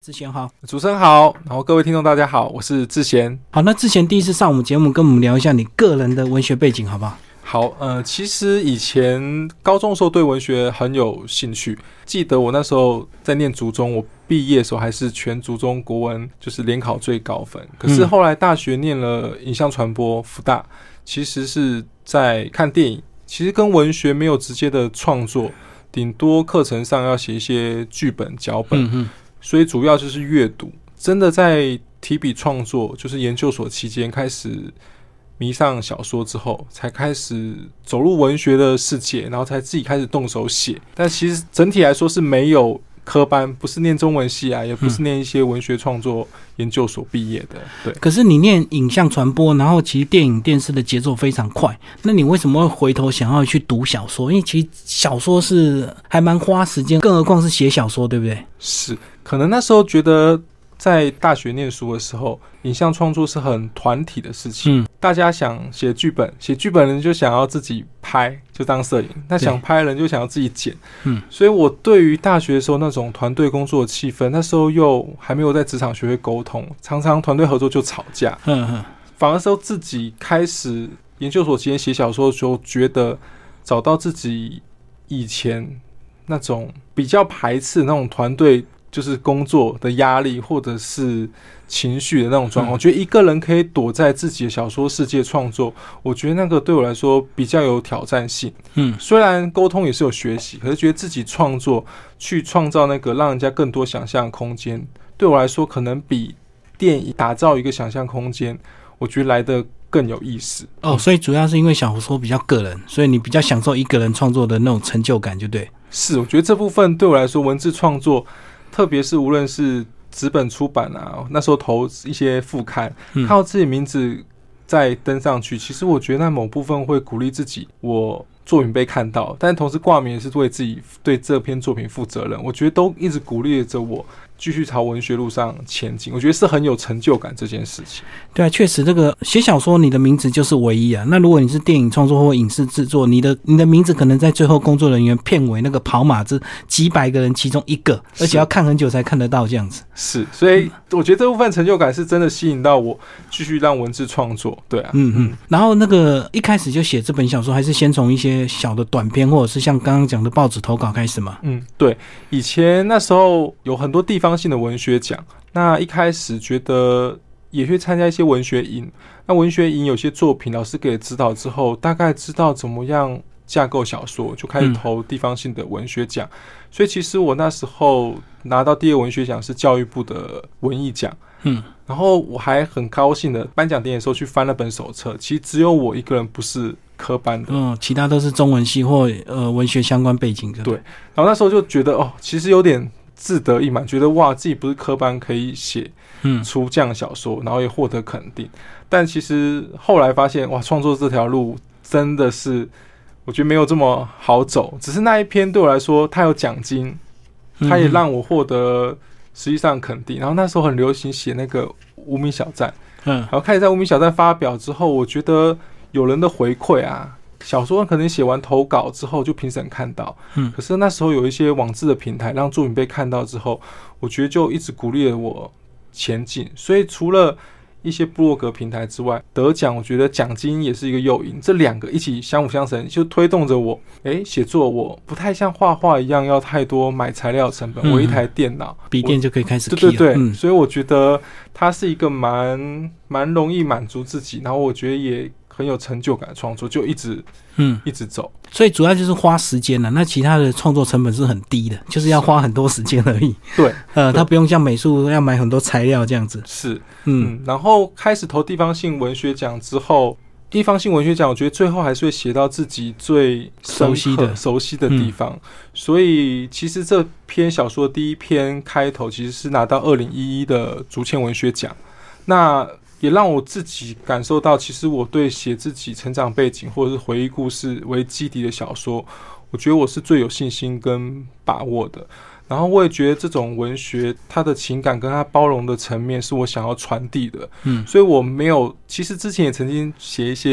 志贤好， 主持人好，然后各位听众大家好，我是志贤。 好，那志贤第一次上我们节目，跟我们聊一下你个人的文学背景好不好？ 好，其实以前高中的时候对文学很有兴趣，记得我那时候在念竹中，我毕业的时候还是全竹中国文就是联考最高分。可是后来大学念了影像传播，福大其实是在看电影，其实跟文学没有直接的创作，顶多课程上要写一些剧本脚本。所以主要就是阅读，真的在提笔创作，就是研究所期间开始迷上小说之后，才开始走入文学的世界，然后才自己开始动手写。但其实整体来说是没有科班，不是念中文系啊，也不是念一些文学创作研究所毕业的。对。 可是你念影像传播，然后其实电影电视的节奏非常快，那你为什么会回头想要去读小说？因为其实小说是还蛮花时间，更何况是写小说，对不对？ 是，可能那时候觉得在大学念书的时候，影像创作是很团体的事情。大家想写剧本，写剧本人就想要自己拍，就当摄影；那想拍人就想要自己剪。所以我对于大学的时候那种团队工作的气氛，那时候又还没有在职场学会沟通，常常团队合作就吵架。反而是自己开始研究所期间写小说的时候，觉得找到自己以前那种比较排斥那种团队就是工作的压力或者是情绪的那种状况，我觉得一个人可以躲在自己的小说世界创作，我觉得那个对我来说比较有挑战性。虽然沟通也是有学习，可是觉得自己创作去创造那个让人家更多想象的空间，对我来说可能比电影打造一个想象空间，我觉得来得更有意思。 所以主要是因为小说比较个人，所以你比较享受一个人创作的那种成就感，就对。 是，我觉得这部分对我来说，文字创作，特别是无论是纸本出版啊，那时候投一些副刊，看到自己名字再登上去，其实我觉得那某部分会鼓励自己，我作品被看到，但同时挂名也是为自己对这篇作品负责任。我觉得都一直鼓励着我继续朝文学路上前进，我觉得是很有成就感这件事情。 对啊，确实这个写小说你的名字就是唯一啊。那如果你是电影创作或影视制作，你的名字可能在最后工作人员片尾那个跑马这几百个人其中一个，而且要看很久才看得到这样子。 是，所以我觉得这部分成就感是真的吸引到我继续让文字创作。对啊， 然后那个一开始就写这本小说，还是先从一些小的短篇或者是像刚刚讲的报纸投稿开始嘛？ 对，以前那时候有很多地方性的文学奖，那一开始觉得也去参加一些文学营，那文学营有些作品老师给指导之后，大概知道怎么样架构小说，就开始投地方性的文学奖。所以其实我那时候拿到第二文学奖是教育部的文艺奖，然后我还很高兴的颁奖典礼的时候去翻那本手册，其实只有我一个人不是科班的， 其他都是中文系或文学相关背景的。 对，然后那时候就觉得其实有点自得意满，觉得哇自己不是科班可以写出这样的小说，然后也获得肯定。但其实后来发现哇，创作这条路真的是我觉得没有这么好走，只是那一篇对我来说它有奖金，它也让我获得实际上肯定。然后那时候很流行写那个无名小站，然后开始在无名小站发表之后，我觉得有人的回馈啊，小说可能写完投稿之后就评审看到，可是那时候有一些网志的平台让作品被看到之后，我觉得就一直鼓励了我前进。所以除了一些部落格平台之外，得奖我觉得奖金也是一个诱因，这两个一起相辅相成，就推动着我写作我不太像画画一样要太多买材料成本，我一台电脑笔电就可以开始 key 了。 对，所以我觉得它是一个蛮容易满足自己，然后我觉得也很有成就感的创作，就一直走。 所以主要就是花时间了，那其他的创作成本是很低的，就是要花很多时间而已。 对， 它不用像美术要买很多材料这样子。 是，然后开始投地方性文学奖之后，地方性文学奖我觉得最后还是会写到自己最熟悉的地方，所以其实这篇小说的第一篇开头其实是拿到2011的竹堑文学奖，那也让我自己感受到，其实我对写自己成长背景或者是回忆故事为基底的小说，我觉得我是最有信心跟把握的。然后我也觉得这种文学它的情感跟它包容的层面是我想要传递的，所以我没有，其实之前也曾经写一些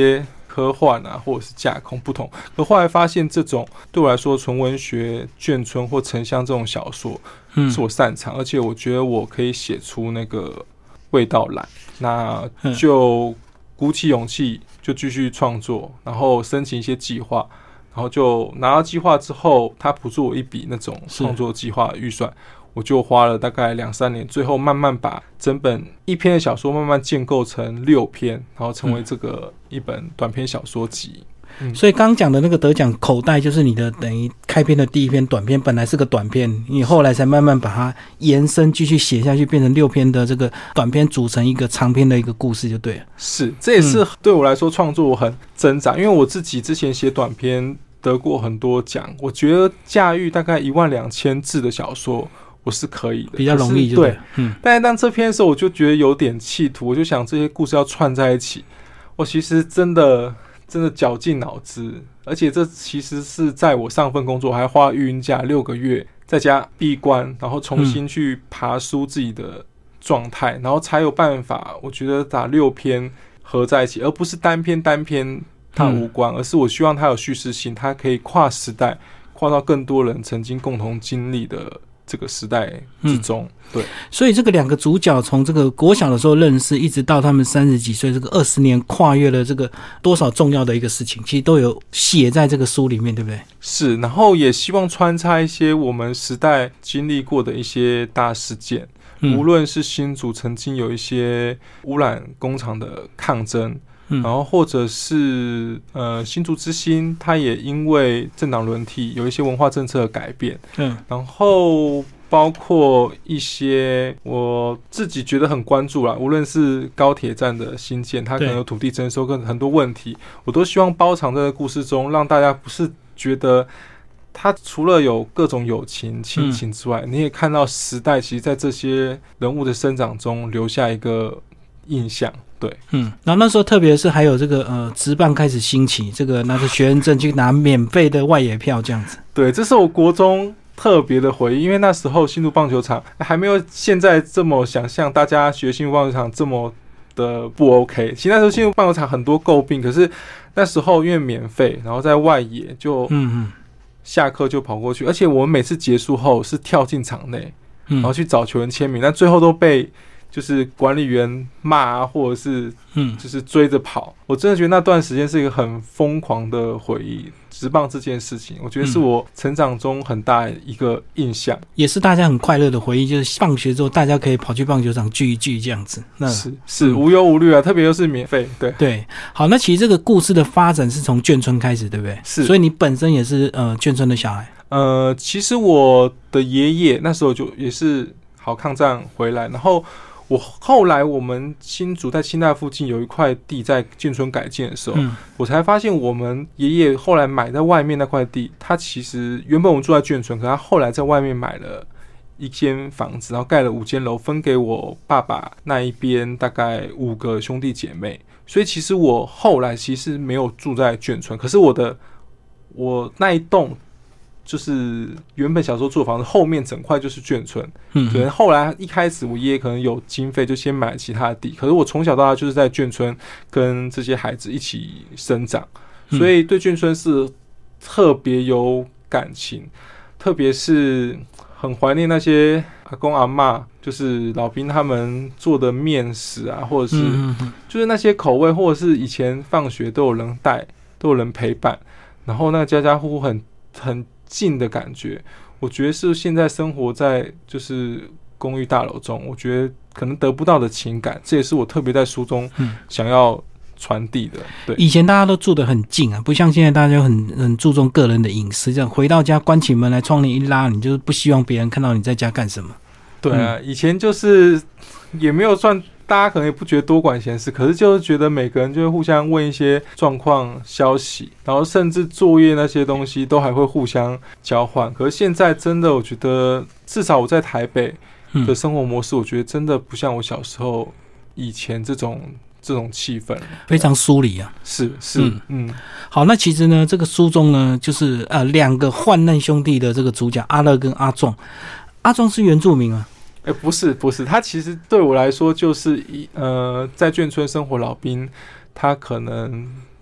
科幻啊，或者是架空不同。可后来发现，这种对我来说，纯文学、眷村或城乡这种小说，是我擅长，而且我觉得我可以写出那个味道来。那就鼓起勇气，就继续创作，然后申请一些计划，然后就拿到计划之后，他补助我一笔那种创作计划预算。我就花了大概2-3年，最后慢慢把整本1篇的小说慢慢建构成6篇，然后成为这个一本短篇小说集。 所以刚刚讲的那个得奖口袋，就是你的等于开篇的第1篇短篇，本来是个短篇，你后来才慢慢把它延伸，继续写下去，变成6篇的这个短篇，组成一个长篇的一个故事，就对了。 是，这也是对我来说创作我很挣扎，因为我自己之前写短篇得过很多奖，我觉得驾驭大概12000字的小说。我是可以的， 比较容易就对。 但是当这篇的时候，我就觉得有点企图，我就想这些故事要串在一起。我其实真的绞尽脑汁，而且这其实是在我上份工作还花育婴假6个月，在家闭关，然后重新去爬梳自己的状态，然后才有办法。我觉得把6篇合在一起，而不是单篇它无关，而是我希望它有叙事性，它可以跨时代，跨到更多人曾经共同经历的这个时代之中。对， 所以这个2个主角从这个国小的时候认识，一直到他们30几岁，这个20年跨越了这个多少重要的一个事情，其实都有写在这个书里面，对不对？ 是，然后也希望穿插一些我们时代经历过的一些大事件，无论是新竹曾经有一些污染工厂的抗争，然后或者是新竹之星，它也因为政党轮替有一些文化政策的改变，然后包括一些我自己觉得很关注啦，无论是高铁站的新建，它可能有土地征收跟很多问题，我都希望包藏在故事中，让大家不是觉得它除了有各种友情亲情之外，你也看到时代其实在这些人物的生长中留下一个印象。对， 然后那时候特别是还有这个职棒开始兴起，这个拿着学生证去拿免费的外野票这样子。 对，这是我国中特别的回忆，因为那时候新竹棒球场还没有现在这么想象，大家学新竹棒球场这么的不 OK。其实那时候新竹棒球场很多诟病，可是那时候因为免费，然后在外野就下课就跑过去，而且我们每次结束后是跳进场内，然后去找球员签名，但最后都被就是管理员骂啊，或者是就是追着跑。我真的觉得那段时间是一个很疯狂的回忆，职棒这件事情，我觉得是我成长中很大一个印象， 也是大家很快乐的回忆。就是放学之后，大家可以跑去棒球场聚一聚这样子。那是无忧无虑啊，特别又是免费。对， 好，那其实这个故事的发展是从眷村开始，对不对？是，所以你本身也是眷村的小孩。 其实我的爷爷那时候就也是好抗战回来，然后后来我们新竹在清大附近有一块地在眷村改建的时候，我才发现我们爷爷后来买在外面那块地，他其实原本我们住在眷村，可他后来在外面买了1间房子，然后盖了5间楼，分给我爸爸那一边大概5个兄弟姐妹。所以其实我后来其实没有住在眷村，可是我那一栋就是原本小时候住的房子后面整块就是眷村，对。后来一开始我爷爷可能有经费，就先买其他的地，可是我从小到大就是在眷村跟这些孩子一起生长，所以对眷村是特别有感情，特别是很怀念那些阿公阿嬷，就是老兵他们做的面食啊，或者是就是那些口味，或者是以前放学都有人带，都有人陪伴，然后那个家家户户很近的感觉，我觉得是现在生活在就是公寓大楼中，我觉得可能得不到的情感，这也是我特别在书中想要传递的。对，以前大家都住得很近啊，不像现在大家很注重个人的隐私，这样回到家关起门来，窗帘一拉，你就是不希望别人看到你在家干什么。 对啊，以前就是也没有算。大家可能也不觉得多管闲事，可是就是觉得每个人就会互相问一些状况、消息，然后甚至作业那些东西都还会互相交换。可是现在真的，我觉得至少我在台北的生活模式，我觉得真的不像我小时候以前这种气氛， 非常疏离啊。 是， 好，那其实呢，这个书中呢，就是2个患难兄弟的这个主角阿乐跟阿壮。阿壮是原住民啊。 不是，他其实对我来说就是在眷村生活老兵，他可能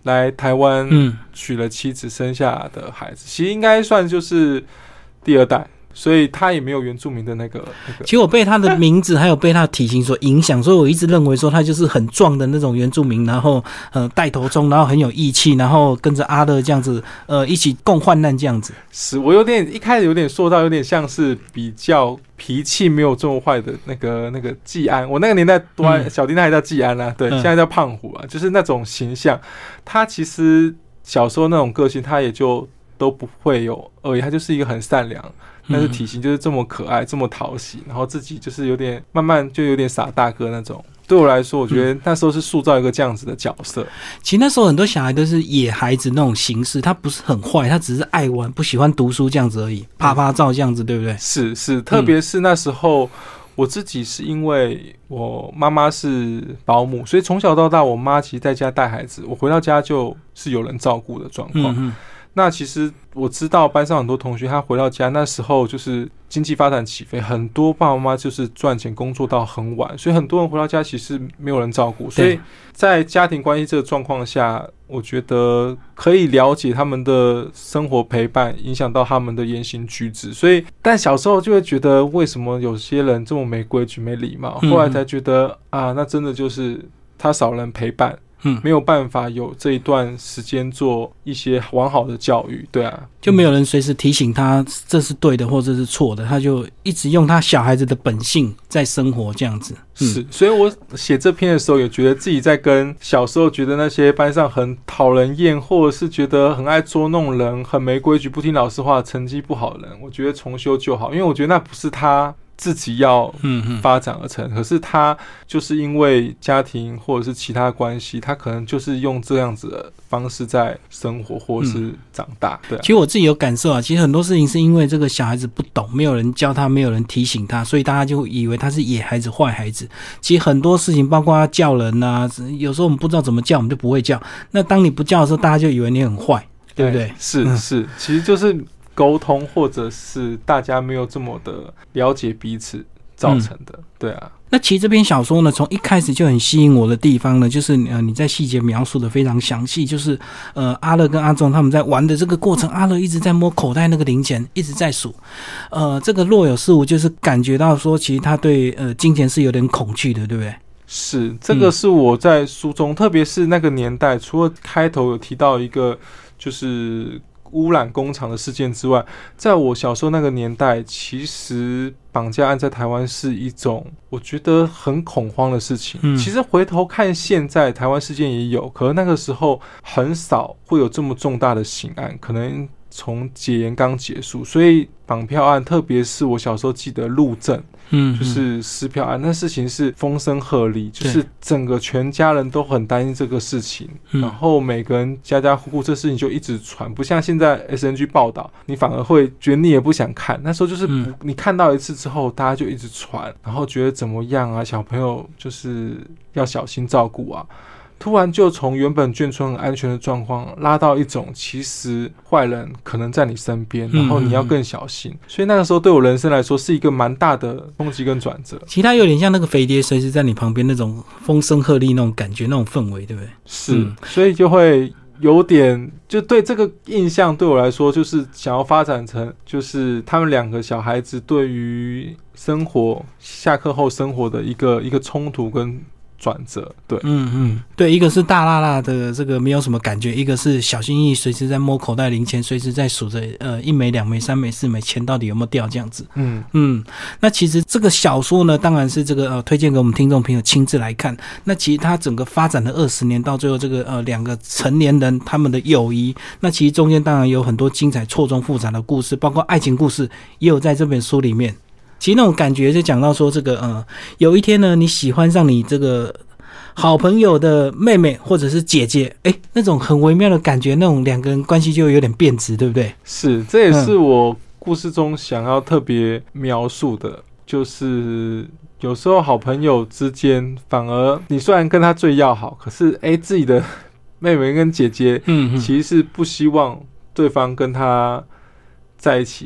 来台湾娶了妻子生下的孩子，其实应该算就是第二代，所以他也没有原住民的那个。 其实我被他的名字还有被他的体型所影响，所以我一直认为说他就是很壮的那种原住民，然后带头冲，然后很有义气，然后跟着阿乐这样子一起共患难这样子。 是我一开始有点塑造有点像是比较脾气没有这么坏的那个季安，我那个年代小弟那还叫季安啊，对，现在叫胖虎啊，就是那种形象。他其实小时候那种个性，他也就都不会有恶意，他就是一个很善良，但是体型就是这么可爱，这么讨喜，然后自己就是有点慢慢就有点傻大哥那种。对我来说，我觉得那时候是塑造一个这样子的角色。 其实那时候很多小孩都是野孩子那种形式，他不是很坏，他只是爱玩，不喜欢读书这样子而已，啪啪照这样子，对不对？ 是，特别是那时候。我自己是因为我妈妈是保姆，所以从小到大我妈其实在家带孩子，我回到家就是有人照顾的状况。那其实我知道班上很多同学他回到家那时候就是经济发展起飞，很多爸爸妈妈就是赚钱工作到很晚，所以很多人回到家其实没有人照顾，所以在家庭关系这个状况下，我觉得可以了解他们的生活陪伴影响到他们的言行举止，所以但小时候就会觉得为什么有些人这么没规矩没礼貌，后来才觉得那真的就是他少人陪伴，没有办法有这一段时间做一些完好的教育，对啊， 就没有人随时提醒他这是对的或者是错的，他就一直用他小孩子的本性在生活这样子。 是，所以我写这篇的时候也觉得自己在跟小时候觉得那些班上很讨人厌，或者是觉得很爱捉弄人、很没规矩、不听老师话、成绩不好的人，我觉得重修就好，因为我觉得那不是他自己要发展而成，可是他就是因为家庭或者是其他关系，他可能就是用这样子的方式在生活或者是长大。对， 其实我自己有感受其实很多事情是因为这个小孩子不懂，没有人教他，没有人提醒他，所以大家就以为他是野孩子、坏孩子。其实很多事情，包括他叫人有时候我们不知道怎么叫，我们就不会叫。那当你不叫的时候，大家就以为你很坏，对不对？ 是，其实就是沟通或者是大家没有这么的了解彼此造成的，对啊。 那其实这篇小说呢，从一开始就很吸引我的地方呢，就是你在细节描述的非常详细，就是阿乐跟阿忠他们在玩的这个过程，阿乐一直在摸口袋那个零钱，一直在数，这个若有似无，就是感觉到说，其实他对金钱是有点恐惧的，对不对？ 是，这个是我在书中，特别是那个年代，除了开头有提到一个就是污染工厂的事件之外，在我小时候那个年代，其实绑架案在台湾是一种我觉得很恐慌的事情。其实回头看现在台湾事件也有，可是那个时候很少会有这么重大的刑案，可能从解严刚结束，所以绑票案，特别是我小时候记得路政，就是撕票案，那事情是风声鹤唳，就是整个全家人都很担心这个事情，然后每个人家家户户这事情就一直传，不像现在 SNG 报道，你反而会觉得你也不想看。那时候就是你看到一次之后，大家就一直传，然后觉得怎么样啊，小朋友就是要小心照顾啊。突然就从原本眷村很安全的状况拉到一种其实坏人可能在你身边，然后你要更小心，所以那个时候对我人生来说是一个蛮大的冲击跟转折。 其他有点像那个飞碟随时在你旁边那种风声鹤唳那种感觉，那种氛围，对不对？ 是，所以就会有点就对这个印象对我来说就是想要发展成就是他们两个小孩子对于生活下课后生活的一个冲突跟转折。对， 对，一个是大辣辣的这个没有什么感觉，一个是小心翼翼，随时在摸口袋零钱，随时在数着1枚、2枚、3枚、4枚钱到底有没有掉这样子。那其实这个小说呢，当然是这个推荐给我们听众朋友亲自来看。那其实它整个发展了20年，到最后这个两个成年人他们的友谊，那其实中间当然有很多精彩错综复杂的故事，包括爱情故事也有在这本书里面。其实那种感觉就讲到说这个有一天呢，你喜欢上你这个好朋友的妹妹或者是姐姐，那种很微妙的感觉，那种两个人关系就有点变质，对不对？ 是，这也是我故事中想要特别描述的，就是有时候好朋友之间反而你虽然跟他最要好，可是自己的妹妹跟姐姐其实是不希望对方跟他在一起的。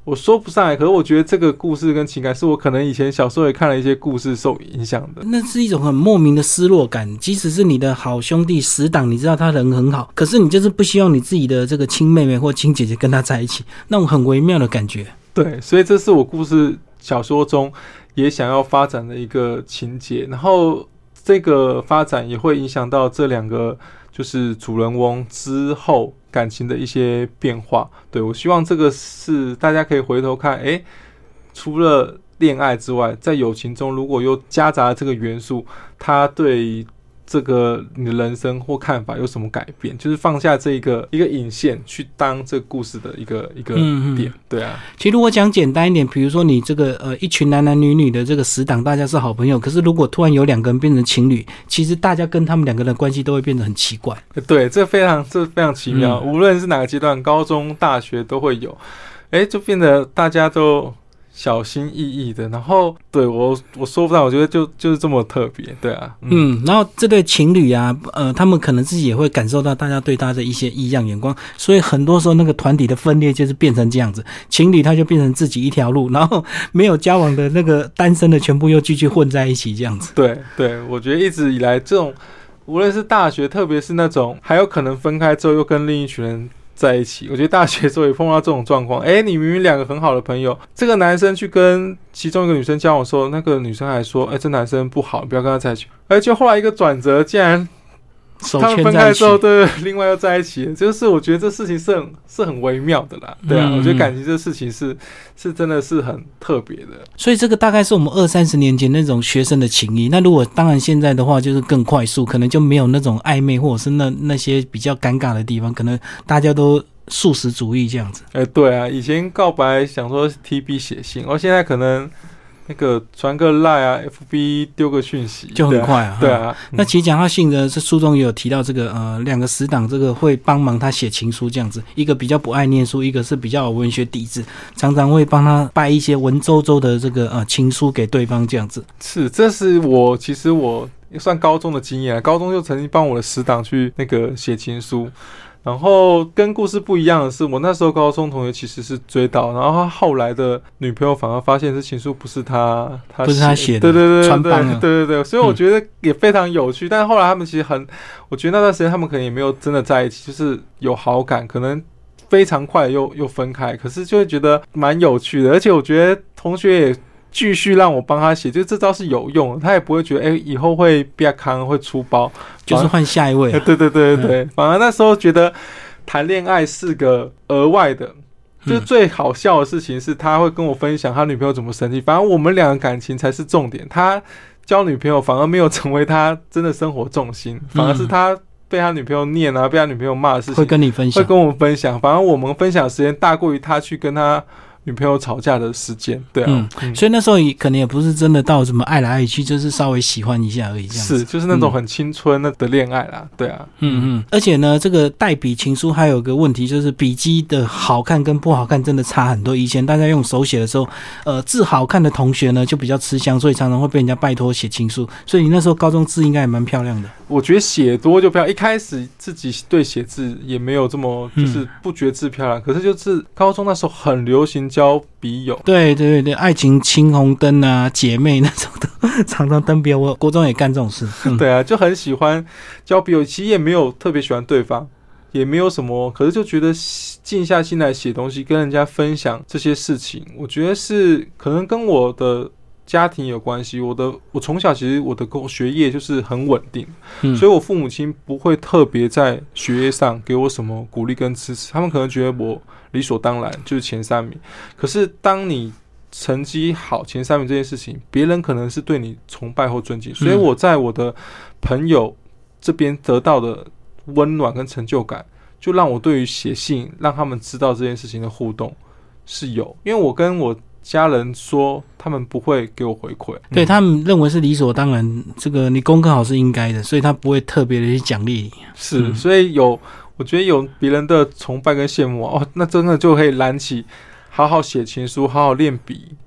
我说不上来，可是我觉得这个故事跟情感是我可能以前小时候也看了一些故事受影响的。 那是一种很莫名的失落感，即使是你的好兄弟死党，你知道他人很好，可是你就是不希望你自己的这个亲妹妹或亲姐姐跟他在一起，那种很微妙的感觉。 对，所以这是我故事小说中也想要发展的一个情节，然后这个发展也会影响到这两个就是主人翁之后感情的一些变化。对，我希望这个是大家可以回头看，除了恋爱之外，在友情中如果又夹杂了这个元素，它对这个你的人生或看法有什么改变，就是放下这一个引线去当这个故事的一个点。对啊， 其实如果讲简单一点，比如说你这个一群男男女女的这个死党，大家是好朋友，可是如果突然有两个人变成情侣，其实大家跟他们两个人的关系都会变得很奇怪。 对，这非常奇妙，无论是哪个阶段，高中大学都会有，就变得大家都小心翼翼的，然后对我说不上，我觉得就是这么特别。对啊， 然后这对情侣啊，他们可能自己也会感受到大家对他的一些异样眼光，所以很多时候那个团体的分裂就是变成这样子，情侣他就变成自己一条路，然后没有交往的那个单身的全部又继续混在一起这样子。 对，我觉得一直以来这种，无论是大学，特别是那种还有可能分开之后又跟另一群人在一起，我觉得大学的时候也碰到这种状况。你明明两个很好的朋友，这个男生去跟其中一个女生交往的时候，那个女生还说这男生不好，不要跟他在一起。就后来一个转折，竟然他们分开之后，对，另外又在一起了。就是我觉得这事情是很微妙的啦。对啊，我觉得感情这事情是真的是很特别的。 所以这个大概是我们20-30年前那种学生的情谊。那如果当然现在的话，就是更快速，可能就没有那种暧昧或者是那些比较尴尬的地方，可能大家都速食主义这样子。 对啊，以前告白想说 TB 写信，现在可能那个传个 LINE 啊 FB 丢个讯息就很快啊。 对啊， 那其实讲到信的，这书中也有提到这个两个死党这个会帮忙他写情书这样子，一个比较不爱念书，一个是比较有文学底子，常常会帮他拜一些文绉绉的这个情书给对方这样子。 是，这是其实我算高中的经验，高中就曾经帮我的死党去那个写情书。然后跟故事不一样的是，我那时候高中同学其实是追到，然后他后来的女朋友反而发现这情书不是他写的， 对，所以我觉得也非常有趣。但是后来他们其实我觉得那段时间他们可能也没有真的在一起，就是有好感，可能非常快又分开，可是就会觉得蛮有趣的。而且我觉得同学也继续让我帮他写，就这招是有用的，他也不会觉得以后会变康会出包， 就是换下一位。 对，反而那时候觉得谈恋爱是个额外的，就最好笑的事情是他会跟我分享他女朋友怎么生气，反而我们两个感情才是重点，他交女朋友反而没有成为他真的生活重心，反而是他被他女朋友念啊，被他女朋友骂的事情会跟你分享， 会跟我们分享，反而我们分享的时间大过于他去跟他女朋友吵架的时间。对啊， 所以那时候可能也不是真的到什么爱来爱去，就是稍微喜欢一下而已，这样子。 是，就是那种很青春的恋爱啦。对啊， 而且呢，这个代笔情书还有个问题，就是笔迹的好看跟不好看真的差很多。以前大家用手写的时候，字好看的同学呢就比较吃香，所以常常会被人家拜托写情书。所以你那时候高中字应该也蛮漂亮的。 我觉得写多就漂亮，一开始自己对写字也没有这么就是不觉得字漂亮，可是就是高中那时候很流行交笔友， 对，爱情青红灯啊，姐妹那种的，常常登笔友。我国中也干这种事。 对啊，就很喜欢交笔友，其实也没有特别喜欢对方，也没有什么，可是就觉得静下心来写东西，跟人家分享这些事情，我觉得是可能跟我的家庭有关系。我从小其实我的学业就是很稳定，所以我父母亲不会特别在学业上给我什么鼓励跟支持，他们可能觉得我理所当然就是前3名。可是当你成绩好前3名这件事情，别人可能是对你崇拜或尊敬，所以我在我的朋友这边得到的温暖跟成就感，就让我对于写信让他们知道这件事情的互动是有，因为我跟我家人说，他们不会给我回馈， 对，他们认为是理所当然，这个你功课好是应该的，所以他不会特别的去奖励你。 是，所以我觉得有别人的崇拜跟羡慕那真的就可以燃起好好写情书、好好练笔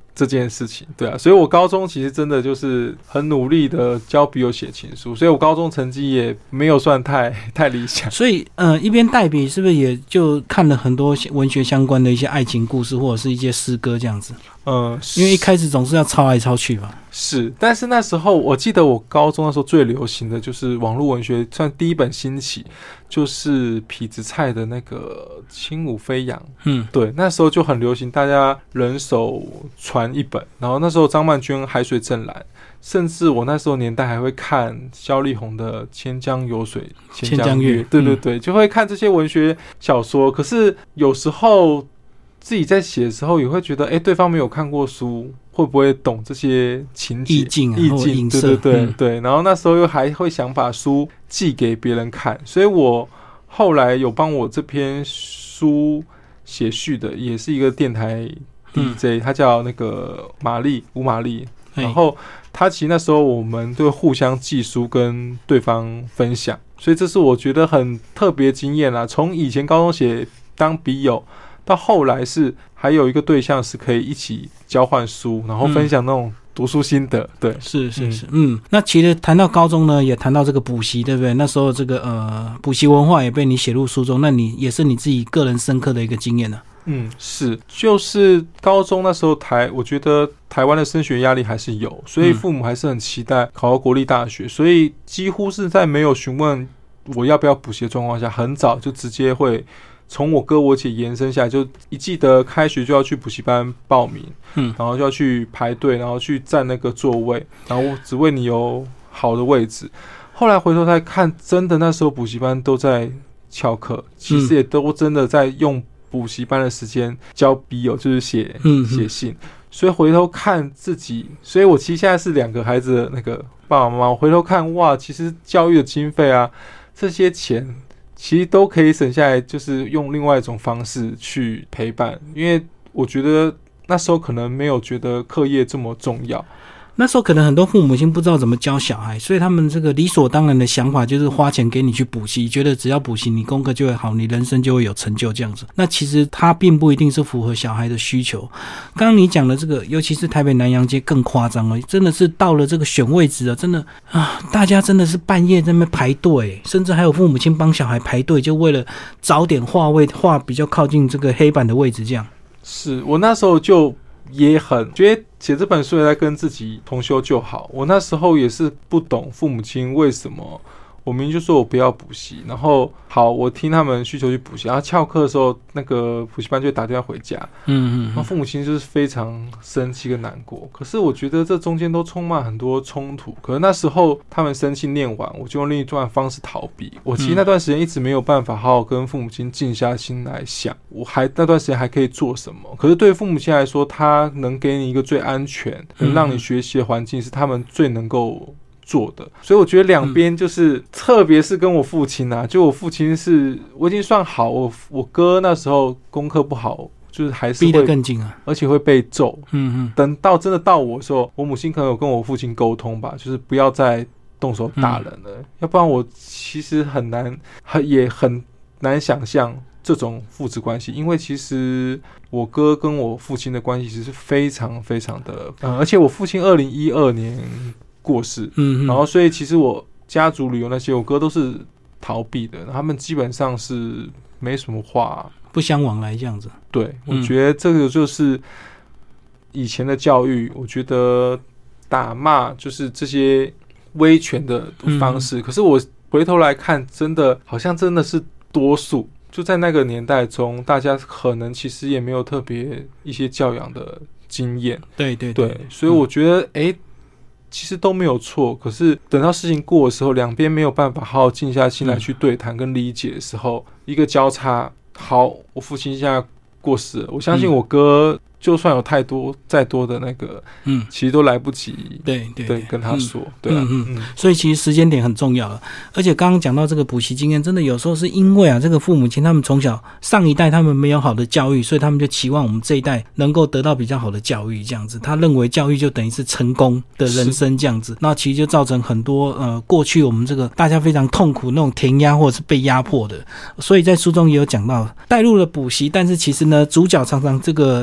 这件事情，对啊，所以我高中其实真的就是很努力的教笔友写情书，所以我高中成绩也没有算太理想。 所以一边带笔是不是也就看了很多文学相关的一些爱情故事或者是一些诗歌这样子？因为一开始总是要抄来抄去嘛。 是，但是那时候我记得我高中的时候最流行的就是网络文学，算第一本兴起，就是痞子蔡的那个《轻舞飞扬》。对，那时候就很流行，大家人手传一本，然后那时候张曼娟、海水正蓝，甚至我那时候年代还会看萧丽红的《千江有水千江月》，对对对，就会看这些文学小说。可是有时候自己在写的时候也会觉得，对方没有看过书，会不会懂这些情节、 意境， 对对对对。然后那时候又还会想把书寄给别人看，所以我后来有帮我这篇书写序的，也是一个电台 DJ，他叫那个吴玛丽。然后他其实那时候我们都会互相寄书跟对方分享，所以这是我觉得很特别经验啦。从以前高中写当笔友，到后来是还有一个对象是可以一起交换书，然后分享那种读书心得。对， 是。那其实谈到高中呢，也谈到这个补习，对不对？那时候这个补习文化也被你写入书中，那你也是你自己个人深刻的一个经验呢。 是，就是高中那时候我觉得台湾的升学压力还是有，所以父母还是很期待考到国立大学，所以几乎是在没有询问我要不要补习的状况下，很早就直接会从我哥我姐延伸下来，就一记得开学就要去补习班报名，然后就要去排队，然后去占那个座位，然后只为你有好的位置。后来回头再看，真的那时候补习班都在翘课，其实也都真的在用补习班的时间交笔友，就是写信。所以回头看自己，所以我其实现在是2个孩子的那个爸爸妈妈，我回头看，哇，其实教育的经费啊，这些钱其实都可以省下来，就是用另外一种方式去陪伴。因为我觉得那时候可能没有觉得课业这么重要， 那时候可能很多父母亲不知道怎么教小孩，所以他们这个理所当然的想法就是花钱给你去补习，觉得只要补习你功课就会好，你人生就会有成就这样子。那其实它并不一定是符合小孩的需求。刚刚你讲的这个，尤其是台北南洋街更夸张了，真的是到了这个选位置了，真的大家真的是半夜在那边排队，甚至还有父母亲帮小孩排队，就为了早点划位，划比较靠近这个黑板的位置这样。 是，我那时候就也很觉得写这本书也在跟自己同修就好。我那时候也是不懂父母亲为什么，我明明就说我不要补习，然后好，我听他们需求去补习，然后翘课的时候，那个补习班就会打电话回家，然后父母亲就是非常生气跟难过。可是我觉得这中间都充满很多冲突。可是那时候他们生气念完，我就用另一段方式逃避。我其实那段时间一直没有办法好好跟父母亲静下心来想，那段时间还可以做什么。可是对父母亲来说，他能给你一个最安全、能让你学习的环境，是他们最能够做的。所以我觉得两边就是特别是跟我父亲啊，就我父亲是我已经算好，我哥那时候功课不好，就是还是会逼得更紧啊， 而且会被揍。等到真的到我的时候，我母亲可能有跟我父亲沟通吧，就是不要再动手打人了，要不然我其实也很难想象这种父子关系。因为其实我哥跟我父亲的关系其实是非常非常的而且我父亲2012年过世，然后所以其实我家族旅游那些我哥都是逃避的，他们基本上是没什么话， 不相往来这样子。 对，我觉得这个就是以前的教育，我觉得打骂就是这些威权的方式，可是我回头来看，真的好像真的是多数，就在那个年代中，大家可能其实也没有特别一些教养的经验。 对， 所以我觉得其实都没有错，可是等到事情过的时候，两边没有办法好好静下心来去对谈跟理解的时候，一个交叉。好，我父亲现在过世了，我相信我哥就算有再多的那个其实都来不及对跟他说。对啊， 所以其实时间点很重要了。而且刚刚讲到这个补习经验，真的有时候是因为这个父母亲他们从小上一代他们没有好的教育，所以他们就期望我们这一代能够得到比较好的教育，这样子他认为教育就等于是成功的人生这样子。那其实就造成很多过去我们这个大家非常痛苦那种填鸭或者是被压迫的。所以在书中也有讲到带入了补习，但是其实呢主角常常这个翘课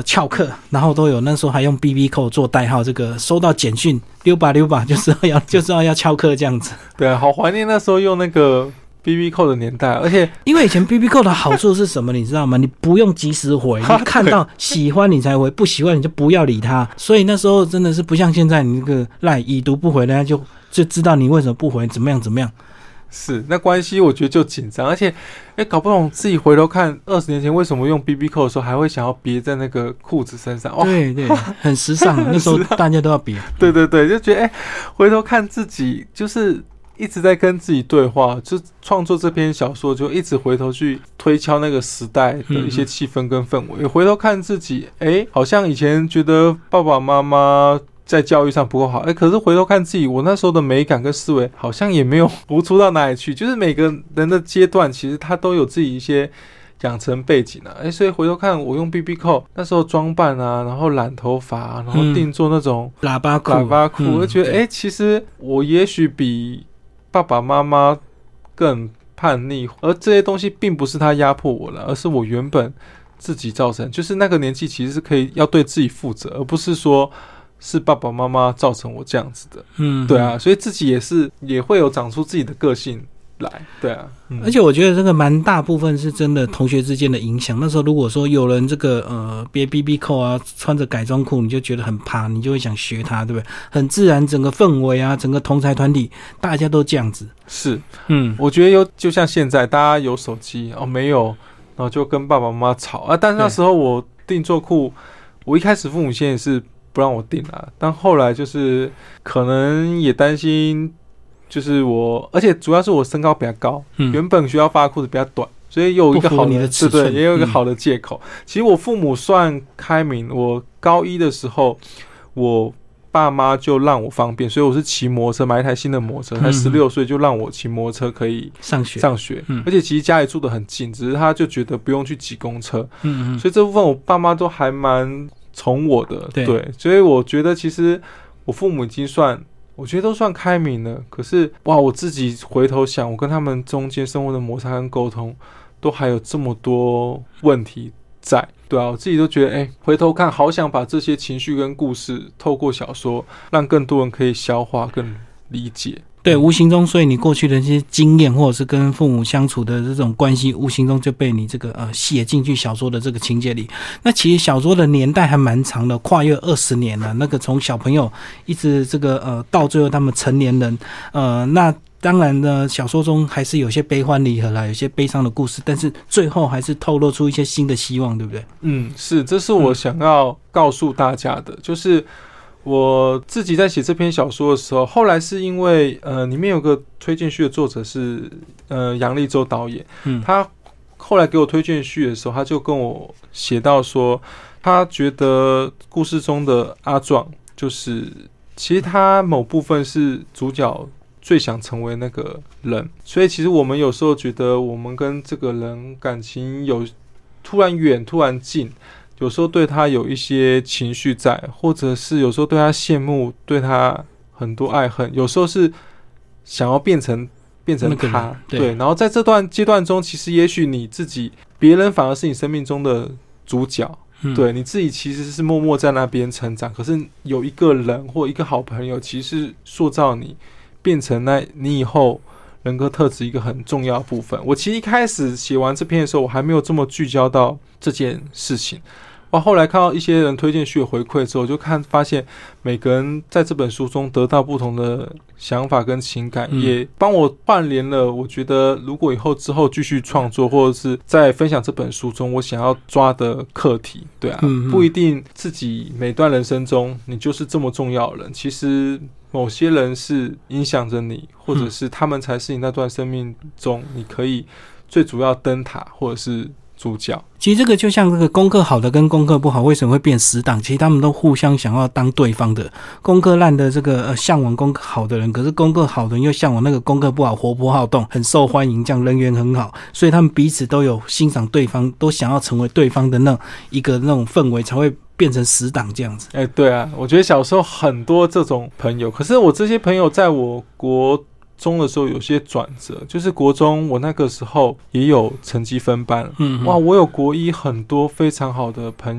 课，然后都有那时候还用 BB 扣做代号，这个收到简讯溜吧溜吧，就是要翘课这样子。 对啊，好怀念那时候用那个BB 扣的年代，而且因为以前 BB 扣的好处是什么，你知道吗？你不用及时回，你看到喜欢你才回，不喜欢你就不要理他。所以那时候真的是不像现在，你那个赖已读不回，人家就知道你为什么不回，怎么样。 是，那关系我觉得就紧张，而且搞不懂自己回头看20年前为什么用 BB 扣的时候还会想要别在那个裤子身上。 对对，很时尚，那时候大家都要别。 对对对，就觉得回头看自己就是一直在跟自己对话，就创作这篇小说就一直回头去推敲那个时代的一些气氛跟氛围，回头看自己好像以前觉得爸爸妈妈在教育上不够好，可是回头看自己，我那时候的美感跟思维好像也没有突出到哪里去。就是每个人的阶段，其实他都有自己一些养成背景啊，所以回头看我用 BB 扣那时候装扮啊，然后染头发啊，然后定做那种喇叭裤， 我就觉得其实我也许比爸爸妈妈更叛逆，而这些东西并不是他压迫我了，而是我原本自己造成。就是那个年纪其实是可以要对自己负责，而不是说是爸爸妈妈造成我这样子的。对啊，所以自己也会有长出自己的个性来。对啊， 而且我觉得这个蛮大部分是真的同学之间的影响。那时候如果说有人这个别 BB 扣啊，穿着改装裤，你就觉得很怕，你就会想学他，对不对？很自然，整个氛围啊，整个同侪团体大家都这样子。 是，我觉得就像现在大家有手机没有，然后就跟爸爸妈妈吵啊。但是那时候我定做裤，我一开始父母亲也是不让我定啊，但后来就是可能也担心，就是而且主要是我身高比较高，原本学校发的裤子比较短，所以有一个好的尺寸，也有一个好的借口。其实我父母算开明，我高一的时候，我爸妈就让我方便，所以我是骑摩托车，买一台新的摩托车，才16岁就让我骑摩托车可以上学，而且其实家里住得很近，只是他就觉得不用去挤公车，所以这部分我爸妈都还蛮宠我的，对，所以我觉得其实我父母已经我觉得都算开明了。可是我自己回头想，我跟他们中间生活的摩擦跟沟通，都还有这么多问题在。对啊，我自己都觉得，回头看，好想把这些情绪跟故事透过小说，让更多人可以消化、更理解。 对，无形中，所以你过去的这些经验，或者是跟父母相处的这种关系，无形中就被你这个写进去小说的这个情节里。那其实小说的年代还蛮长的，跨越20年了。那个从小朋友一直这个到最后他们成年人，那当然呢，小说中还是有些悲欢离合啦，有些悲伤的故事，但是最后还是透露出一些新的希望，对不对？ 是，这是我想要告诉大家的，就是我自己在写这篇小说的时候，后来是因为里面有个推荐序的作者是杨立洲导演，他后来给我推荐序的时候，他就跟我写到说，他觉得故事中的阿壮，就是其实他某部分是主角最想成为那个人，所以其实我们有时候觉得我们跟这个人感情有突然远突然近，有时候对他有一些情绪在，或者是有时候对他羡慕，对他很多爱恨，有时候是想要变成他，对。然后在这段阶段中，其实也许你自己，别人反而是你生命中的主角，对，你自己其实是默默在那边成长，可是有一个人或一个好朋友，其实塑造你变成你以后人格特质一个很重要的部分。我其实一开始写完这篇的时候，我还没有这么聚焦到这件事情。后来看到一些人推荐序的回馈之后，就发现每个人在这本书中得到不同的想法跟情感，也帮我串联了。我觉得如果之后继续创作，或者是在分享这本书中我想要抓的课题，对啊，不一定自己每段人生中你就是这么重要的人，其实某些人是影响着你，或者是他们才是你那段生命中你可以最主要灯塔或者是主角。 其实这个就像这个功课好的跟功课不好为什么会变死党，其实他们都互相想要当对方的。功课烂的这个向往功课好的人，可是功课好的人又向往那个功课不好，活泼好动，很受欢迎，这样人缘很好，所以他们彼此都有欣赏对方，都想要成为对方的那种氛围，才会变成死党这样子。 对啊，我觉得小时候很多这种朋友，可是我这些朋友在我国中的时候有些转折，就是国中我那个时候也有成绩分班，我有国一很多非常好的朋友，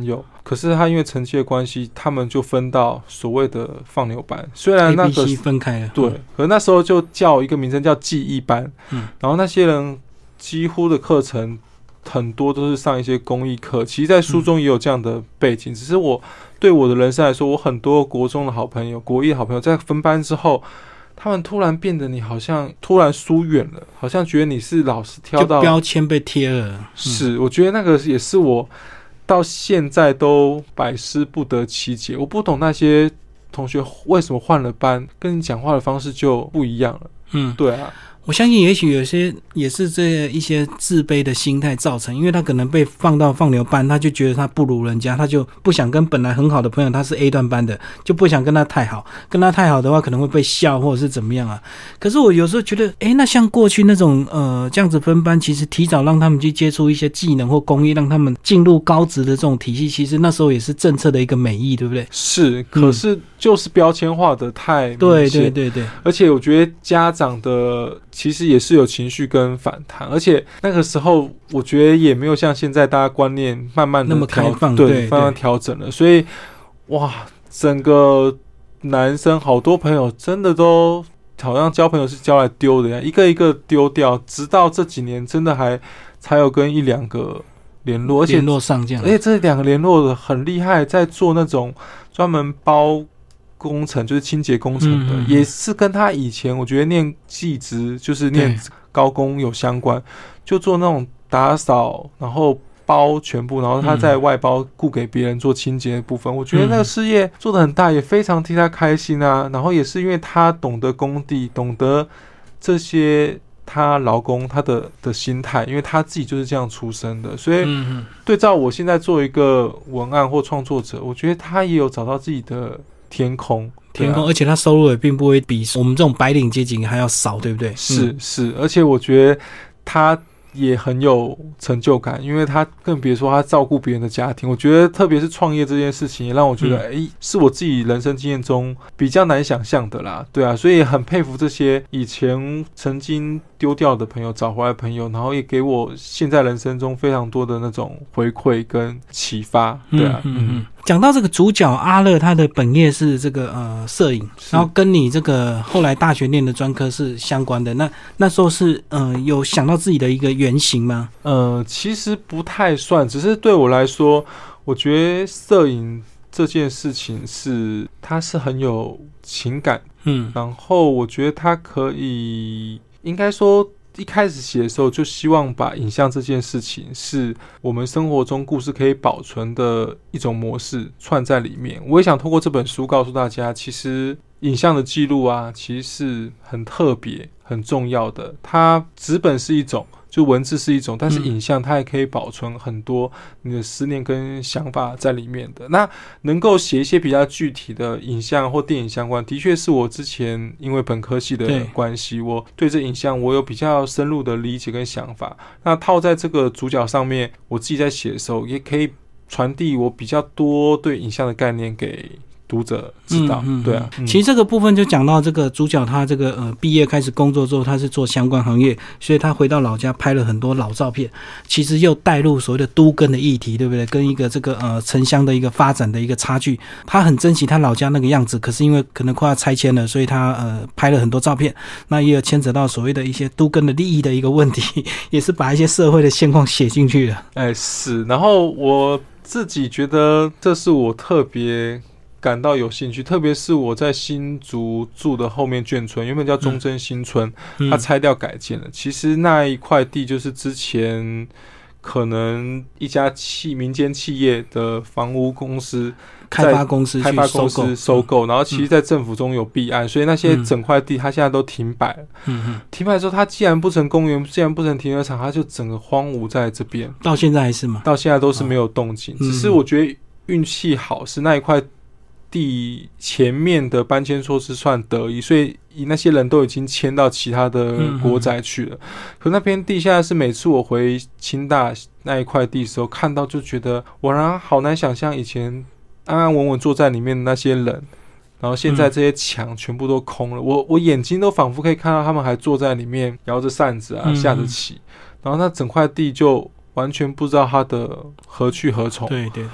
可是他因为成绩的关系，他们就分到所谓的放牛班，虽然那个 ABC 分开了， 对，可是那时候就叫一个名称叫记忆班，然后那些人几乎的课程很多都是上一些公益课，其实在书中也有这样的背景，只是对我的人生来说，我很多国中的好朋友、国一的好朋友在分班之后，他们突然变得你好像突然疏远了，好像觉得你是老师挑到就标签被贴了。 是，我觉得那个也是我到现在都百思不得其解。我不懂那些同学为什么换了班，跟你讲话的方式就不一样了。对啊。 我相信也许有些也是这一些自卑的心态造成，因为他可能被放到放牛班，他就觉得他不如人家，他就不想跟本来很好的朋友，他是 A 段班的，就不想跟他太好，跟他太好的话可能会被笑或者是怎么样啊。可是我有时候觉得那像过去那种这样子分班，其实提早让他们去接触一些技能或工艺，让他们进入高职的这种体系，其实那时候也是政策的一个美意，对不对？ 是，可是就是标签化的太明显。对，而且我觉得家长的其实也是有情绪跟反弹，而且那个时候我觉得也没有像现在大家观念慢慢的那么开放， 对，慢慢调整了，所以哇，整个男生好多朋友真的都好像交朋友是交来丢的呀，一个一个丢掉，直到这几年真的才有跟一两个联络，而且联络上这样， 而且这两个联络的很厉害，在做那种专门包工程，就是清洁工程的，也是跟他以前我觉得念技职就是念高工有相关，就做那种打扫，然后包全部，然后他在外包雇给别人做清洁的部分，我觉得那个事业做得很大，也非常替他开心啊。然后也是因为他懂得工地，懂得这些她劳工他的心态，因为他自己就是这样出身的，所以对照我现在做一个文案或创作者，我觉得他也有找到自己的天空， 而且他收入也并不会比我们这种白领阶级还要少，对不对？ 是，而且我觉得他也很有成就感，因为他更别说他照顾别人的家庭。我觉得特别是创业这件事情，也让我觉得是我自己人生经验中比较难想象的啦。对啊，所以很佩服这些以前曾经丢掉的朋友找回来的朋友，然后也给我现在人生中非常多的那种回馈跟启发。对啊， 讲到这个主角阿乐，他的本业是这个摄影，然后跟你这个后来大学念的专科是相关的。那时候是有想到自己的一个原型吗？ 其实不太算，只是对我来说，我觉得摄影这件事情它是很有情感，然后我觉得它可以，应该说一开始写的时候就希望把影像这件事情是我们生活中故事可以保存的一种模式串在里面。我也想通过这本书告诉大家，其实影像的记录啊，其实是很特别很重要的。它纸本是一种，就文字是一种，但是影像它也可以保存很多你的思念跟想法在里面的。那能够写一些比较具体的影像或电影相关，的确是我之前因为本科系的关系，我对这影像我有比较深入的理解跟想法。那套在这个主角上面，我自己在写的时候，也可以传递我比较多对影像的概念给读者知道。对啊， 其实这个部分就讲到这个主角他这个毕业开始工作之后，他是做相关行业，所以他回到老家拍了很多老照片，其实又带入所谓的都更的议题，对不对？跟一个这个城乡的一个发展的一个差距，他很珍惜他老家那个样子，可是因为可能快要拆迁了，所以他拍了很多照片，那也有牵扯到所谓的一些都更的利益的一个问题，也是把一些社会的现况写进去了。 是，然后我自己觉得这是我特别感到有兴趣，特别是我在新竹住的后面眷村，原本叫中正新村，它拆掉改建了。其实那一块地就是之前可能一家民间企业的房屋公司、 开发公司收购，然后其实在政府中有弊案，所以那些整块地它现在都停摆了。停摆之后，它既然不成公园，既然不成停车场，它就整个荒芜在这边。 到现在还是吗？ 到现在都是没有动静。只是我觉得运气好，是那一块地前面的搬迁措施算得意，所以那些人都已经迁到其他的国宅去了。可那片地现在是每次我回清大那一块地的时候看到，就觉得我好难想象以前安安稳稳坐在里面的那些人，然后现在这些墙全部都空了，我眼睛都仿佛可以看到他们还坐在里面摇着扇子啊，下着棋，然后那整块地就完全不知道它的何去何从。 对，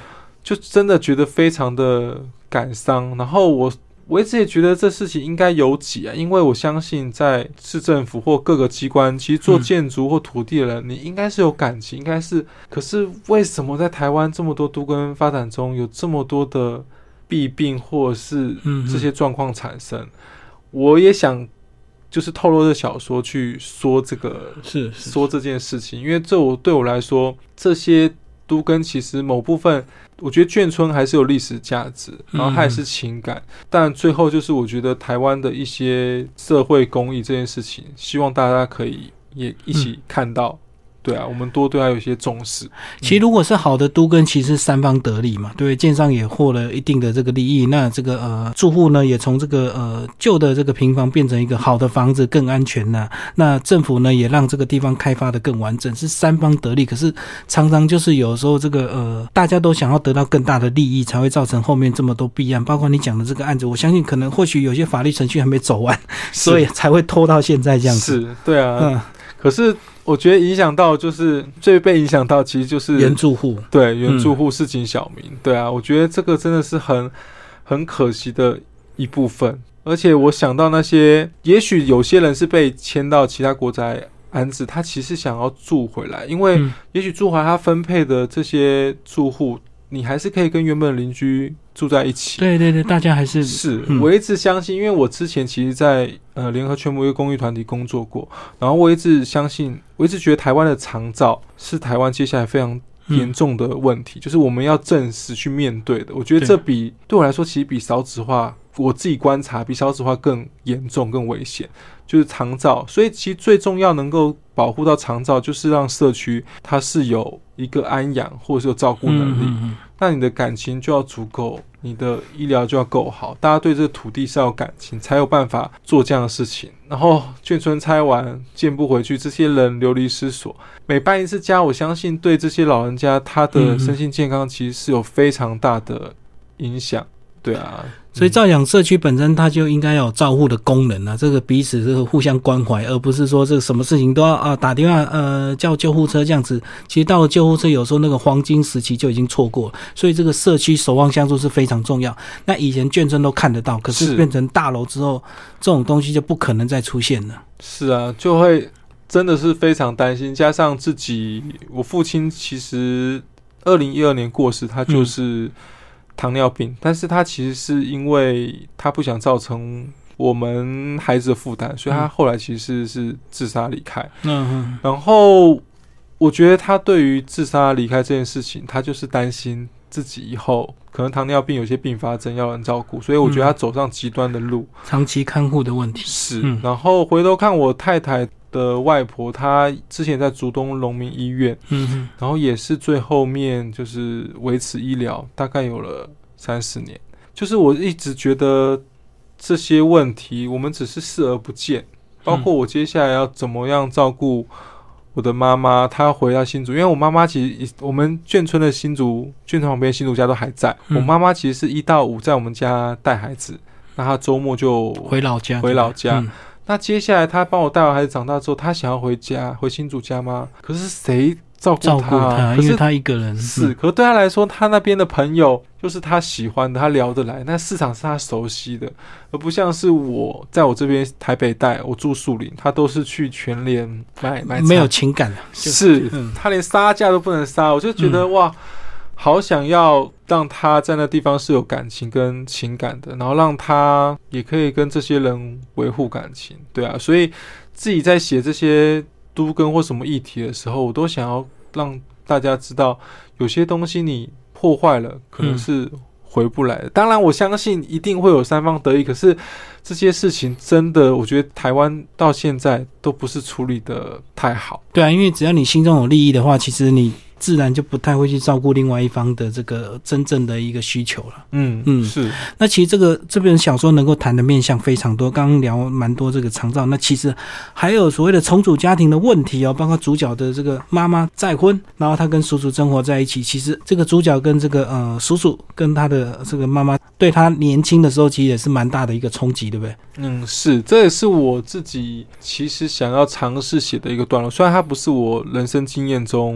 就真的觉得非常的感伤。然后我一直也觉得这事情应该有己啊，因为我相信在市政府或各个机关，其实做建筑或土地的人，你应该是有感情，应该是。可是为什么在台湾这么多都更发展中有这么多的弊病或者是这些状况产生？我也想就是透露这小说去说这个，说这件事情，因为对我来说，这些都更其实某部分。我觉得眷村还是有历史价值，然后它也是情感，但最后就是我觉得台湾的一些社会公益这件事情，希望大家可以也一起看到。对啊，我们多对他有一些重视。 其实如果是好的都更，其实三方得利嘛，对，建商也获了一定的这个利益，那这个住户呢也从这个旧的这个平房变成一个好的房子，更安全呐。那政府呢也让这个地方开发的更完整，是三方得利。可是常常就是有时候这个大家都想要得到更大的利益，才会造成后面这么多弊案。包括你讲的这个案子，我相信可能或许有些法律程序还没走完，所以才会拖到现在这样子。 是，对啊。可是我觉得影响到就是最被影响到，其实就是原住户， 对，原住户市井小民，对啊，我觉得这个真的是很可惜的一部分。而且我想到那些，也许有些人是被迁到其他国家安置，他其实想要住回来，因为也许住回来他分配的这些住户，你还是可以跟原本的邻居住在一起。 对对对，大家还是我一直相信，因为我之前其实在联合全国一个公益团体工作过，然后我一直相信，我一直觉得台湾的长照是台湾接下来非常严重的问题，就是我们要正视去面对的。我觉得这对我来说，其实比少子化，我自己观察比少子化更严重、更危险，就是长照。所以其实最重要能够保护到长照，就是让社区它是有一个安养或者是有照顾能力。那你的感情就要足够，你的医疗就要够好，大家对这个土地是要有感情，才有办法做这样的事情。然后眷村拆完建不回去，这些人流离失所，每搬一次家，我相信对这些老人家他的身心健康其实是有非常大的影响。对啊， 所以照讲社区本身它就应该要有照护的功能啊，这个彼此这个互相关怀，而不是说这个什么事情都要打电话叫救护车这样子。其实到了救护车有时候那个黄金时期就已经错过了，所以这个社区守望相助是非常重要。那以前眷村都看得到，可是变成大楼之后，这种东西就不可能再出现了。 是啊，就会真的是非常担心，加上自己我父亲其实2012年过世，他就是糖尿病，但是他其实是因为他不想造成我们孩子的负担，所以他后来其实是自杀离开。然后我觉得他对于自杀离开这件事情，他就是担心自己以后可能糖尿病有些并发症要人照顾，所以我觉得他走上极端的路， 长期看护的问题是。然后回头看我太太的外婆，她之前在竹东荣民医院，然后也是最后面就是维持医疗，大概有了30年。就是我一直觉得这些问题我们只是视而不见，包括我接下来要怎么样照顾我的妈妈，她回到新竹，因为我妈妈其实我们眷村的新竹眷村旁边新竹家都还在，我妈妈其实是1到5在我们家带孩子，那她周末就回老家。那接下来他帮我带完孩子长大之后，他想要回新竹家吗？可是谁照顾他？ 因为他一个人是。可是对他来说，他那边的朋友就是他喜欢的，他聊得来，那市场是他熟悉的，而不像是我在我这边台北带，我住树林，他都是去全联买没有情感的， 是他连杀价都不能杀，我就觉得哇。好想要让他在那地方是有感情跟情感的，然后让他也可以跟这些人维护感情，对啊，所以自己在写这些都更或什么议题的时候，我都想要让大家知道，有些东西你破坏了，可能是回不来的。当然，我相信一定会有三方得益，可是这些事情真的，我觉得台湾到现在都不是处理的太好。 对啊，因为只要你心中有利益的话，其实你自然就不太会去照顾另外一方的这个真正的一个需求了。 是。 那其实这本小说能够谈的面向非常多，刚刚聊蛮多这个长照，那其实还有所谓的重组家庭的问题哦，包括主角的这个妈妈再婚，然后他跟叔叔生活在一起。其实这个主角跟这个叔叔跟他的这个妈妈对他年轻的时候，其实也是蛮大的一个冲击，对不对？ 是，这也是我自己其实想要尝试写的一个段落，虽然它不是我人生经验中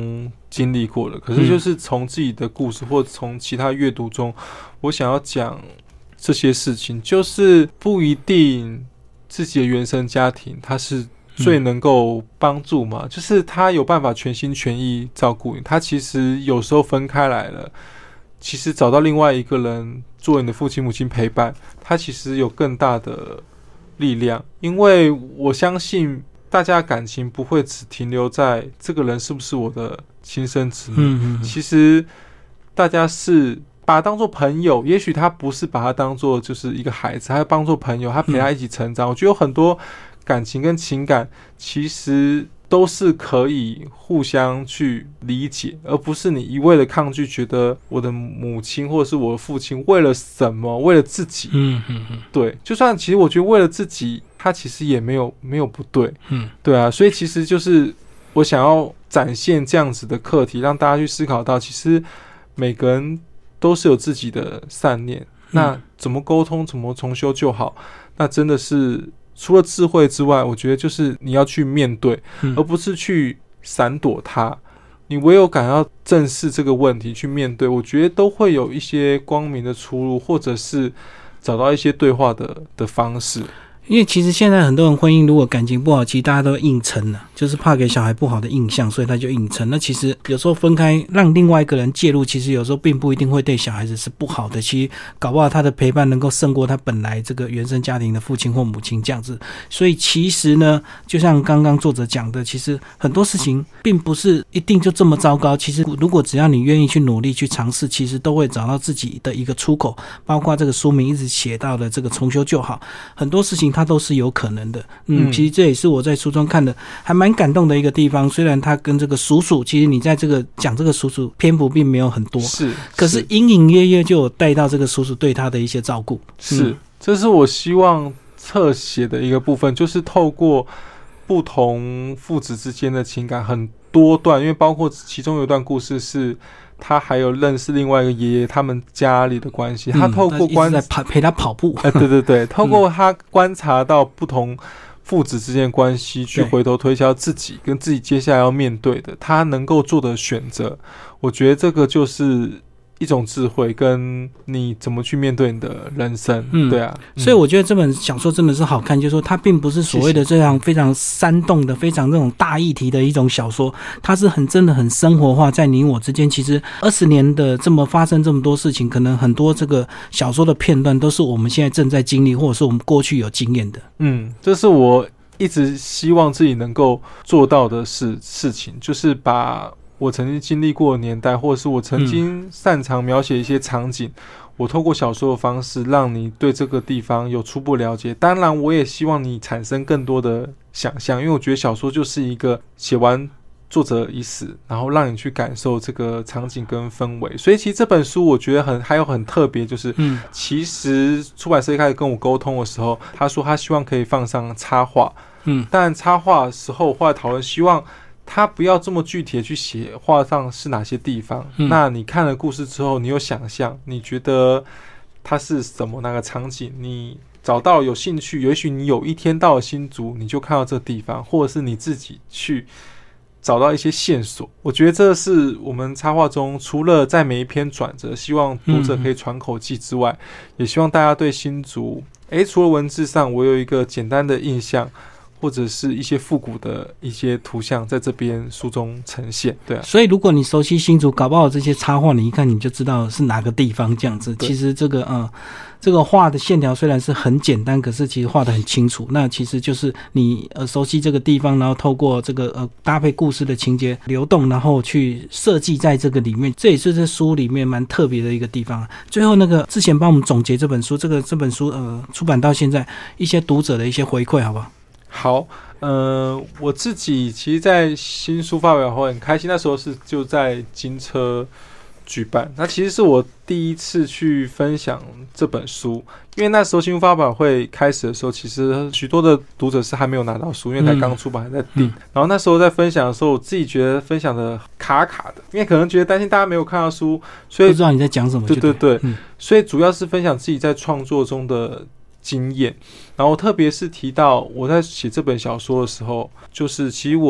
经历过了，可是就是从自己的故事或从其他阅读中，我想要讲这些事情，就是不一定自己的原生家庭它是最能够帮助嘛，就是他有办法全心全意照顾你，他其实有时候分开来了，其实找到另外一个人做你的父亲母亲陪伴，他其实有更大的力量，因为我相信大家的感情不会只停留在这个人是不是我的亲生子女，其实大家是把他当作朋友，也许他不是把他当作就是一个孩子，他当作朋友，他陪他一起成长。我觉得有很多感情跟情感其实都是可以互相去理解，而不是你一味的抗拒，觉得我的母亲或者是我的父亲为了什么，为了自己，对，就算其实我觉得为了自己，他其实也没有不对，对啊，所以其实就是我想要展现这样子的课题，让大家去思考到，其实每个人都是有自己的善念，那怎么沟通，怎么重修就好，那真的是除了智慧之外，我觉得就是你要去面对，而不是去闪躲它。你唯有敢要正视这个问题，去面对，我觉得都会有一些光明的出路，或者是找到一些对话的方式。 因为其实现在很多人婚姻如果感情不好，其实大家都硬撑了，就是怕给小孩不好的印象，所以他就硬撑。那其实有时候分开让另外一个人介入，其实有时候并不一定会对小孩子是不好的，其实搞不好他的陪伴能够胜过他本来这个原生家庭的父亲或母亲这样子。所以其实呢，就像刚刚作者讲的，其实很多事情并不是一定就这么糟糕，其实如果只要你愿意去努力去尝试，其实都会找到自己的一个出口。包括这个书名一直写到的这个重修就好，很多事情它都是有可能的。其实这也是我在书中看的还蛮感动的一个地方。虽然他跟这个叔叔，其实你在这个讲这个叔叔篇幅并没有很多，可是隐隐约约就有带到这个叔叔对他的一些照顾。 这是我希望侧写的一个部分，就是透过不同父子之间的情感很多段，因为包括其中有一段故事是他还有认识另外一个爷爷他们家里的关系，他透过一直在陪他跑步， 对，透过他观察到不同父子之间的关系，去回头推敲自己跟自己接下来要面对的，他能够做的选择，我觉得这个就是一种智慧，跟你怎么去面对你的人生。对啊， 所以我觉得这本小说真的是好看，就是说它并不是所谓的这样非常煽动的非常这种大议题的一种小说，它是真的很生活化，在你我之间。其实20年的这么发生这么多事情，可能很多这个小说的片段都是我们现在正在经历，或者是我们过去有经验的。 这是我一直希望自己能够做到的事情，就是把我曾经经历过的年代，或者是我曾经擅长描写一些场景，我透过小说的方式让你对这个地方有初步了解。当然我也希望你产生更多的想象，因为我觉得小说就是一个写完作者已死，然后让你去感受这个场景跟氛围。所以其实这本书我觉得还有很特别，就是其实出版社一开始跟我沟通的时候，他说他希望可以放上插画，但插画的时候后来讨论希望他不要这么具体的去写画上是哪些地方，那你看了故事之后，你有想象，你觉得它是什么那个场景，你找到有兴趣，也许你有一天到了新竹，你就看到这个地方，或者是你自己去找到一些线索。我觉得这是我们插画中除了在每一篇转折希望读者可以喘口气之外，也希望大家对新竹除了文字上我有一个简单的印象，或者是一些复古的一些图像在这边书中呈现。对啊， 所以如果你熟悉新竹，搞不好这些插画你一看你就知道是哪个地方这样子。其实这个画的线条虽然是很简单，可是其实画得很清楚。那其实就是你熟悉这个地方，然后透过这个搭配故事的情节流动，然后去设计在这个里面，这也是这书里面蛮特别的一个地方。最后那个之前帮我们总结这本书，这本书出版到现在一些读者的一些回馈好不好？ 好，我自己其实在新书发表后很开心，那时候就在金车举办，那其实是我第一次去分享这本书，因为那时候新书发表会开始的时候，其实许多的读者是还没有拿到书，因为才刚出版还在订，然后那时候在分享的时候，我自己觉得分享的卡卡的，因为可能觉得担心大家没有看到书，所以不知道你在讲什么。 对，所以主要是分享自己在创作中的经验，然后特别是提到我在写这本小说的时候，就是其实我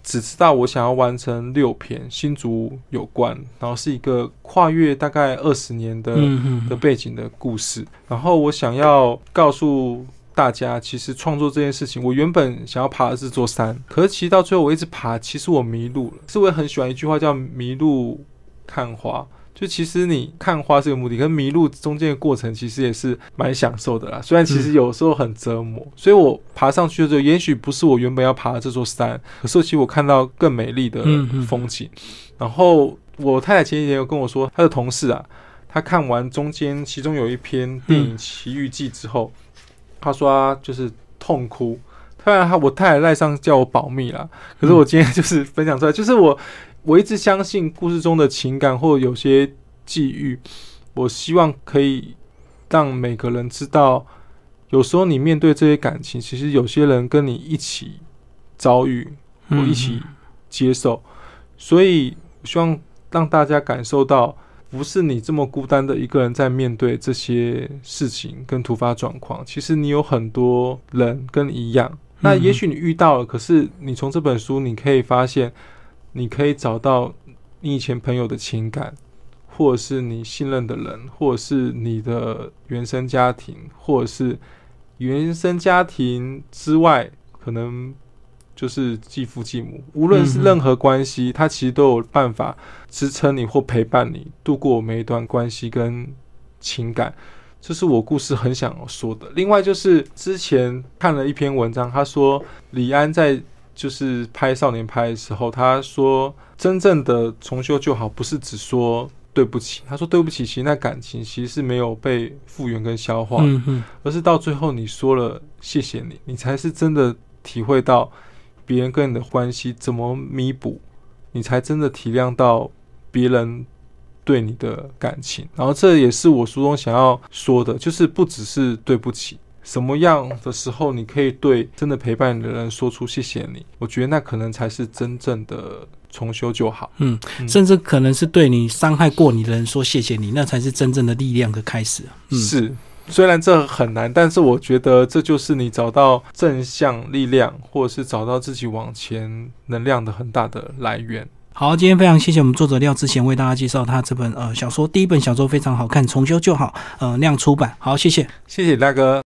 只知道我想要完成6篇新竹有关，然后是一个跨越大概20年的背景的故事。然后我想要告诉大家，其实创作这件事情，我原本想要爬的是座山，可是其实到最后我一直爬，其实我迷路了。是我也很喜欢一句话叫迷路看花，就其实你看花是个目的，可是迷路中间的过程其实也是蛮享受的啦，虽然其实有时候很折磨。所以我爬上去的时候，也许不是我原本要爬的这座山，可是其实我看到更美丽的风景。然后我太太前几天有跟我说，她的同事啊，她看完中间其中有一篇电影《奇遇记》之后，她说她就是痛哭。当然我太太赖上叫我保密啦，可是我今天就是分享出来，就是我一直相信故事中的情感或有些际遇，我希望可以让每个人知道，有时候你面对这些感情，其实有些人跟你一起遭遇或一起接受，所以我希望让大家感受到，不是你这么孤单的一个人在面对这些事情跟突发状况，其实你有很多人跟你一样。那也许你遇到了，可是你从这本书你可以发现，你可以找到你以前朋友的情感，或者是你信任的人，或者是你的原生家庭，或者是原生家庭之外可能就是继父继母，无论是任何关系，他其实都有办法支撑你或陪伴你度过每一段关系跟情感。这是我故事很想说的。另外就是之前看了一篇文章，他说李安在就是拍少年派的时候，他说真正的重修就好不是只说对不起，他说对不起其实那感情其实是没有被复原跟消化，而是到最后你说了谢谢你，你才是真的体会到别人跟你的关系怎么弥补，你才真的体谅到别人对你的感情。然后这也是我书中想要说的，就是不只是对不起，什么样的时候你可以对真的陪伴你的人说出谢谢你，我觉得那可能才是真正的重修就好。 甚至可能是对你伤害过你的人说谢谢你，那才是真正的力量的开始。 是，虽然这很难，但是我觉得这就是你找到正向力量，或者是找到自己往前能量的很大的来源。 好，今天非常谢谢我们作者廖志贤为大家介绍他这本小说，第一本小说非常好看，重修就好，亮出版。好，谢谢， 谢谢大哥。